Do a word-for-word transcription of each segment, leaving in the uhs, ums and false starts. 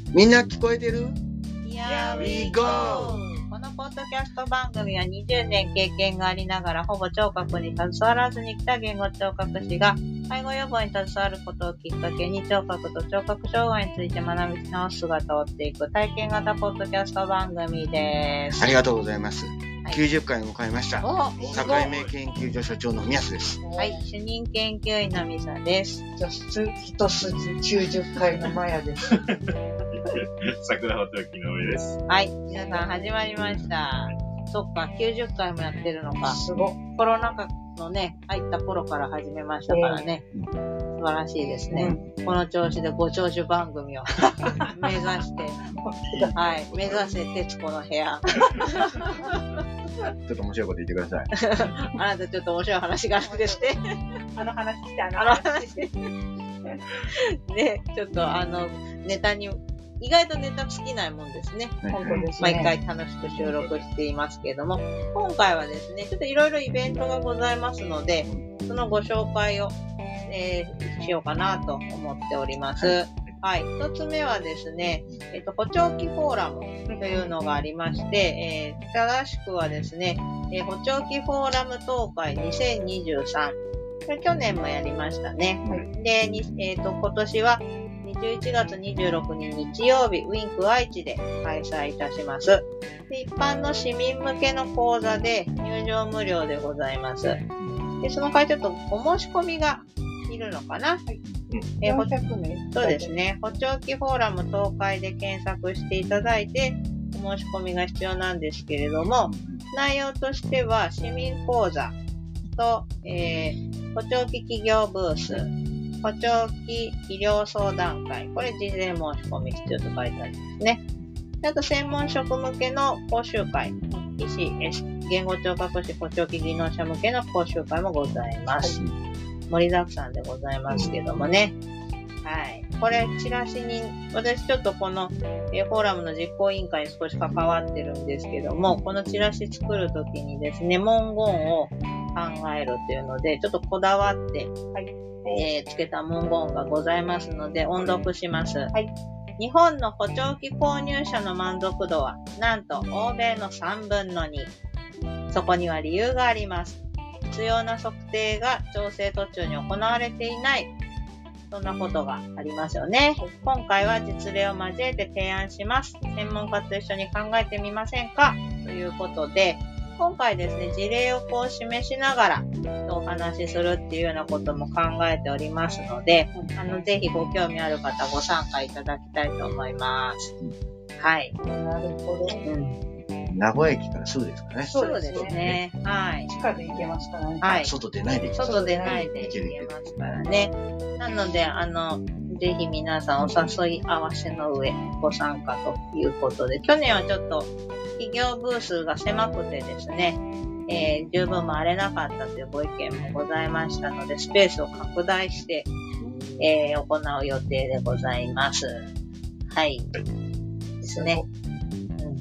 みんな聞こえてる？ Here we go! このポッドキャスト番組はにじゅうねん経験がありながらほぼ聴覚に携わらずに来た言語聴覚士が介護予防に携わることをきっかけに聴覚と聴覚障害について学び直す姿を追っていく体験型ポッドキャスト番組です。 ありがとうございます。 はい、 きゅうじゅっかいを迎えました。 お境目研究所所長の宮須です。 はい、主任研究員のミサです。 じゃあ、一筋きゅうじゅっかいのマヤです。 桜穂時の上です。 はい、皆さん始まりました。そっか、きゅうじゅっかいもやってるのか。 すご。 コロナ禍のね、入った頃から始めましたからね。 うん、 素晴らしいですね。うん、この調子でご長寿番組を目指して、はい、目指せ徹子の部屋。 ちょっと面白いこと言ってください。 あなたちょっと面白い話があるんですね。 あの話して、あの話。ね、ちょっとあの、ネタに、意外とネタ尽きないもんですね。 本当ですね。 毎回楽しく収録していますけれども、今回はですね、ちょっといろいろイベントがございますので、そのご紹介を、えー、しようかなと思っております。はい。はい、一つ目はですね、えっと、補聴器フォーラムというのがありまして、えー、正しくはですね、えー、補聴器フォーラム東海にせんにじゅうさん。これ去年もやりましたね。はい、で、えっと、今年はじゅういちがつにじゅうろくにち日曜日、ウィンク愛知で開催いたします。で、一般の市民向けの講座で入場無料でございます。で、その回ちょっとお申し込みがいるのかな、はい、えー、 よんひゃくめいそうですね。補聴器フォーラム東海で検索していただいて、お申し込みが必要なんですけれども、内容としては市民講座と、えー、補聴器企業ブース、補聴器医療相談会。これ事前申し込み必要と書いてありますね。あと専門職向けの講習会。医師、言語聴覚士、補聴器技能者向けの講習会もございます。はい、盛りだくさんでございますけどもね。はい。これ、チラシに、私ちょっとこの、えー、フォーラムの実行委員会に少し関わってるんですけども、このチラシ作るときにですね、文言を考えるっていうので、ちょっとこだわって、はい。えー、つけた文言がございますので音読します。はい、日本の補聴器購入者の満足度はなんと欧米のさんぶんのに。そこには理由があります。必要な測定が調整途中に行われていない。そんなことがありますよね。今回は実例を交えて提案します。専門家と一緒に考えてみませんかということで、今回ですね、事例をこう示しながらお話しするっていうようなことも考えておりますので、あの、ぜひご興味ある方ご参加いただきたいと思います。はい。 なるほど。うん、 名古屋駅からすぐですかね。 そうですね。はい。 地下で行けますからね。 はい。 外出ないで行けます。 外出ないで行けますからね。なので、あの、ぜひ皆さんお誘い合わせの上ご参加ということで、去年はちょっと企業ブースが狭くてですね、えー、十分回れなかったというご意見もございましたので、スペースを拡大して、えー、行う予定でございます。はい。ですね。うん、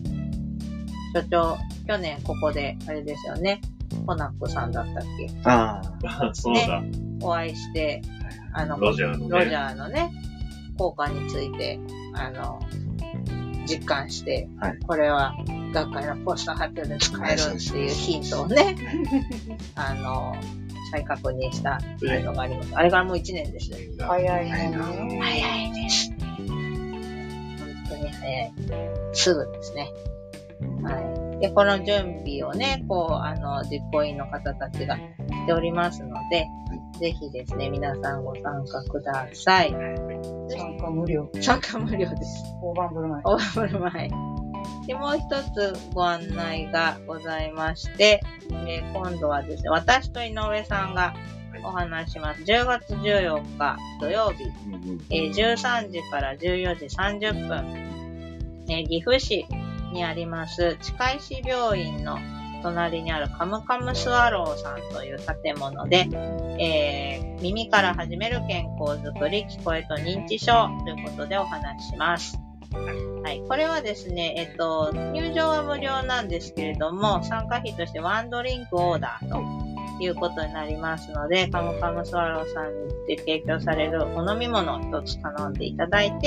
所長、去年ここで、あれですよね、コナックさんだったっけ？ ああ、そうだ、ね。 お会いして、あの、 ロジャーのね、 ロジャーのね、効果について、あの、実感して、はい、これは学会のポスター発表で使えるっていうヒントをね、あの、再確認したのがあります。あれからもういちねんです。 早いね。 早いです。本当に早い。すぐですね。はい。で、この準備をね、こう、あの、実行委員の方たちがしておりますので、ぜひですね、皆さんご参加ください。 参加無料。 参加無料です。 大盤振る舞い。 大盤振る舞い。で、もう一つご案内がございまして、えー、今度はですね、私と井上さんがお話します。じゅうがつじゅうよっか土曜日、えー、じゅうさんじからじゅうよじさんじゅっぷん、えー、岐阜市にあります近石病院の隣にあるカムカムスワローさんという建物で、えー、耳から始める健康づくり、聞こえと認知症ということでお話しします。はい。これはですね、えっと、入場は無料なんですけれども、参加費としてワンドリンクオーダーということになりますので、カムカムスワローさんで提供されるお飲み物を一つ頼んでいただいて、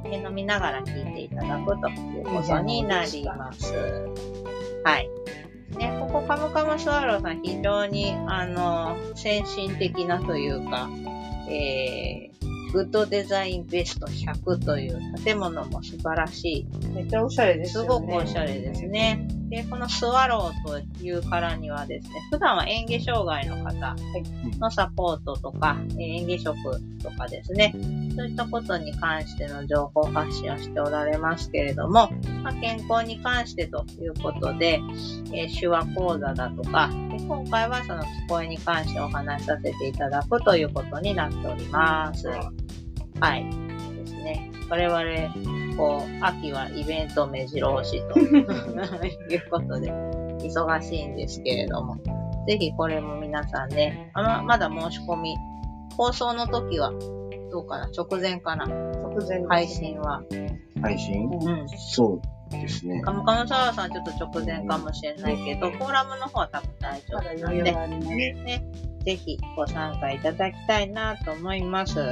酒飲みながら聞いていただくということになります。はい。ね、ここカムカムスワローさん非常に、あの、先進的なというか、えー、グッドデザインベストひゃくという建物も素晴らしい。 めっちゃおしゃれですすよね。 ごくおしゃれですね。で、このスワローというからにはですね、普段は嚥下障害の方のサポートとか、嚥下食とかですね、そういったことに関しての情報発信をしておられますけれども、まあ、健康に関してということで、えー、手話講座だとかで、今回はその聞こえに関してお話しさせていただくということになっております。はい。ですね。我々、こう、秋はイベント目白押しということで、忙しいんですけれども、ぜひこれも皆さんね、あままだ申し込み、放送の時は、どうかな、直前かな、 直前配信は。 配信、 うん。 そうですね。 カムカムサワーさんちょっと直前かもしれないけど、フォーラムの方は多分大丈まだ夫なんで、 余裕があります。 ね。 ね、ぜひご参加いただきたいなと思います。はい。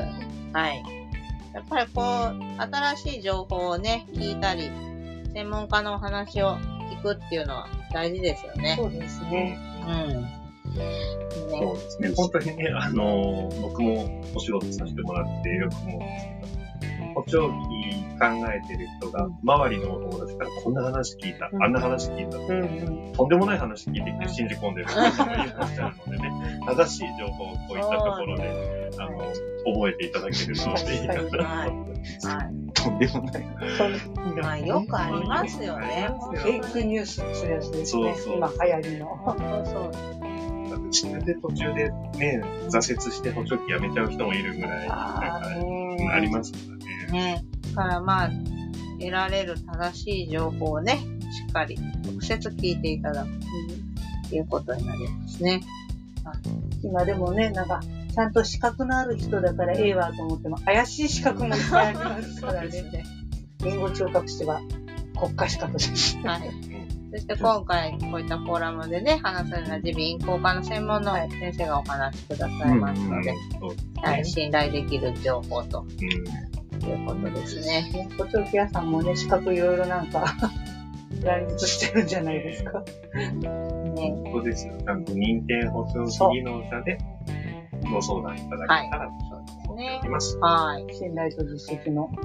やっぱりこう、新しい情報をね、聞いたり、専門家のお話を聞くっていうのは大事ですよね。 そうですね。 うん。ね、 そうですね。本当にね、あのー、僕もお仕事させてもらってよく思うんですけど、補聴器考えてる人が、周りのお友達からこんな話聞いた、 うん、 あんな話聞いた、 うんうん、 とんでもない話聞いてきて信じ込んでる人もいらっしゃるのでね、正しい情報をこういったところで、あの、覚えていただけるといいかなと思います。 はい。 とんでもない。 まあ、よくありますよね。 フェイクニュースってやつですね。 そうそう今流行りの。 本当そう。 自分で途中でね、挫折して補聴器やめちゃう人もいるぐらい、 あなんかねありますからね。 ね。だからまあ、得られる正しい情報をね、しっかり直接聞いていただくということになりますね。 今でもね、なんか、ちゃんと資格のある人だからええわと思っても、怪しい資格もいっぱいありますからね。言語聴覚士は国家資格です。 はい。そして今回、こういったフォーラムでね、話されるのは耳鼻咽喉科の専門の先生がお話しくださいますので、はい、信頼できる情報ということですね。 補聴器屋さんもね、資格いろいろなんか、乱立してるんじゃないですか。 ね、 そうですよ。ちゃんと認定補聴器技能者でご相談いただけたらと思っております。 はい。 信頼と実績の。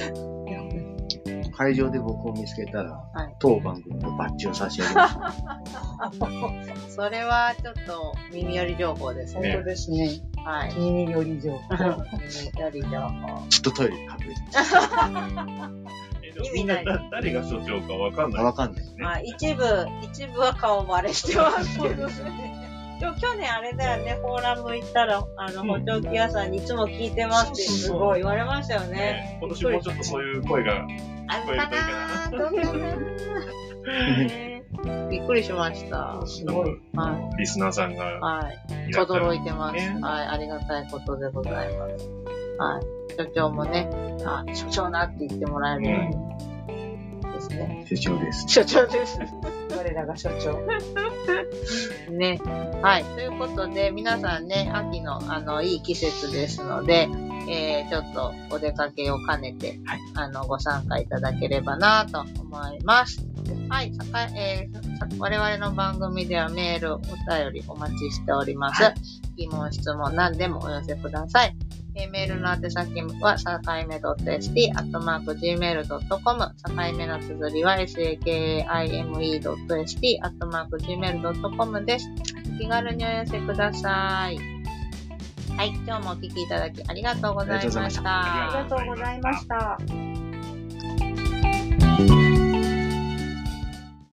会場で僕を見つけたら、 はい、 当番組のバッジを差し上げます。 それはちょっと耳寄り情報ですね。 本当ですね。 はい。 耳寄り情報。 耳寄り情報。 ずっとトイレに隠れてます。 みんな誰が所長かわかんない。 わかんないね。 まあ、一部、一部は顔バレしてますけどね。でも去年あれだよね、フォーラム行ったら、あの、補聴器屋さんにいつも聞いてますってすごい言われましたよね。 今年もちょっとそういう声が聞こえるといいかな。どうかな。びっくりしました。 すごい。 はい。リスナーさんが。 はい。驚いてます。はい。ありがたいことでございます。はい。所長もね、あ、所長なって言ってもらえるようにですね。 所長です。 所長です。 我らが所長。 ね。はい。ということで、皆さんね、秋の、あの、いい季節ですので、えー、ちょっとお出かけを兼ねて、はい、あの、ご参加いただければなと思います。はい。さかえー、我々の番組ではメール、お便りお待ちしております。はい、疑問、質問、何でもお寄せください。えー、メールの宛先は、さかいめ .st、アットマーク、ジーメールドットコム、さかいめの綴りは、サカイメ.st、アットマーク、ジーメールドットコム です。気軽にお寄せください。はい、今日もお聞きいただきありがとうございました。 ありがとうございました。